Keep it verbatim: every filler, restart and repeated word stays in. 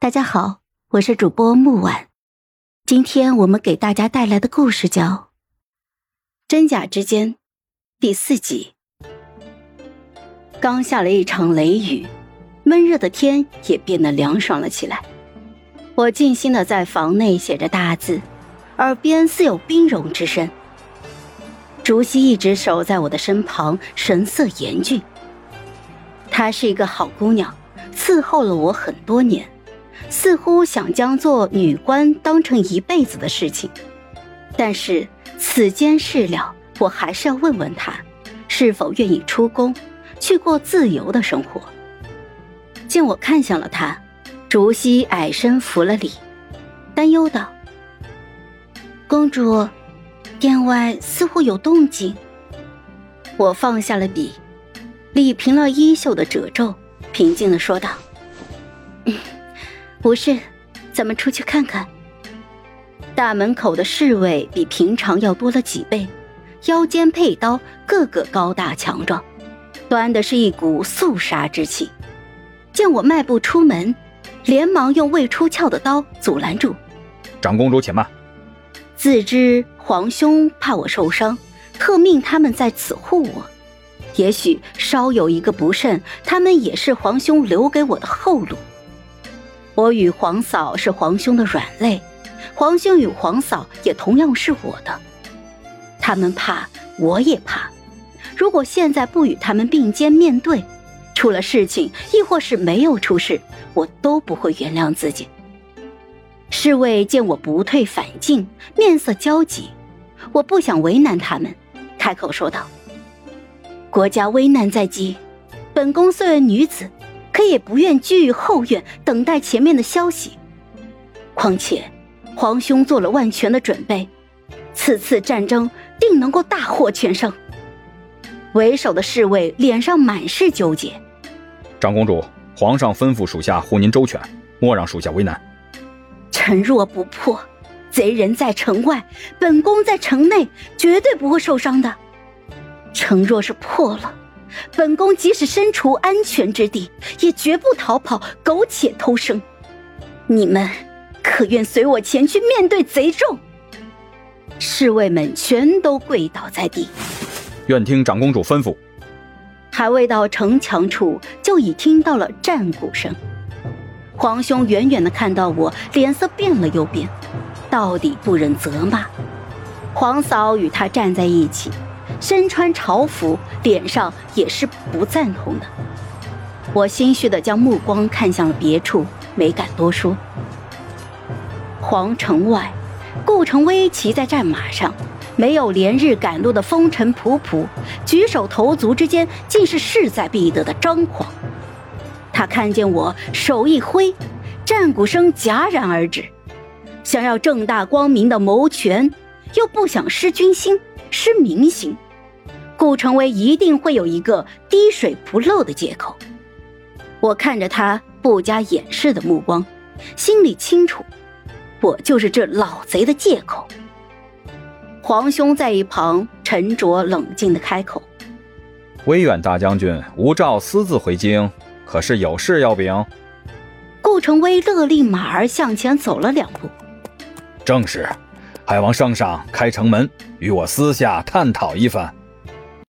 大家好，我是主播木婉。今天我们给大家带来的故事叫《真假之间》第四集。刚下了一场雷雨，闷热的天也变得凉爽了起来。我静心地在房内写着大字，耳边似有冰融之声。竹溪一直守在我的身旁，神色严峻。她是一个好姑娘，伺候了我很多年，似乎想将做女官当成一辈子的事情。但是此间事了，我还是要问问她是否愿意出宫，去过自由的生活。见我看向了她，竹溪矮身扶了礼，担忧道：公主，殿外似乎有动静。我放下了笔，理平了衣袖的褶皱，平静地说道：嗯，不是，咱们出去看看。大门口的侍卫比平常要多了几倍，腰间佩刀，个个高大强壮，端的是一股肃杀之气。见我迈步出门，连忙用未出鞘的刀阻拦住： 长公主且慢。 自知皇兄怕我受伤，特命他们在此护我。也许稍有一个不慎，他们也是皇兄留给我的后路。我与皇嫂是皇兄的软肋，皇兄与皇嫂也同样是我的。他们怕，我也怕。如果现在不与他们并肩面对，出了事情，亦或是没有出事，我都不会原谅自己。侍卫见我不退反进，面色焦急，我不想为难他们，开口说道：国家危难在即，本宫虽为女子，可也不愿居于后院等待前面的消息。况且皇兄做了万全的准备，此次战争定能够大获全胜。为首的侍卫脸上满是纠结。 长公主，皇上吩咐属下护您周全，莫让属下为难。 臣若不破，贼人在城外，本宫在城内，绝对不会受伤的。城若是破了，本宫即使身处安全之地，也绝不逃跑，苟且偷生。你们可愿随我前去面对贼众？侍卫们全都跪倒在地。 愿听长公主吩咐。 还未到城墙处，就已听到了战鼓声。皇兄远远地看到我，脸色变了又变，到底不忍责骂。皇嫂与他站在一起，身穿朝服，脸上也是不赞同的。我心虚地将目光看向了别处，没敢多说。皇城外，顾成威骑在战马上，没有连日赶路的风尘仆仆，举手投足之间竟是势在必得的张狂。他看见我手一挥，战鼓声戛然而止。想要正大光明的谋权，又不想失军心失民心，顾成威一定会有一个滴水不漏的借口。我看着他不加掩饰的目光，心里清楚，我就是这老贼的借口。皇兄在一旁沉着冷静地开口： 威远大将军无诏私自回京，可是有事要禀？ 顾成威勒令马儿向前走了两步。 正是，还望圣上开城门，与我私下探讨一番。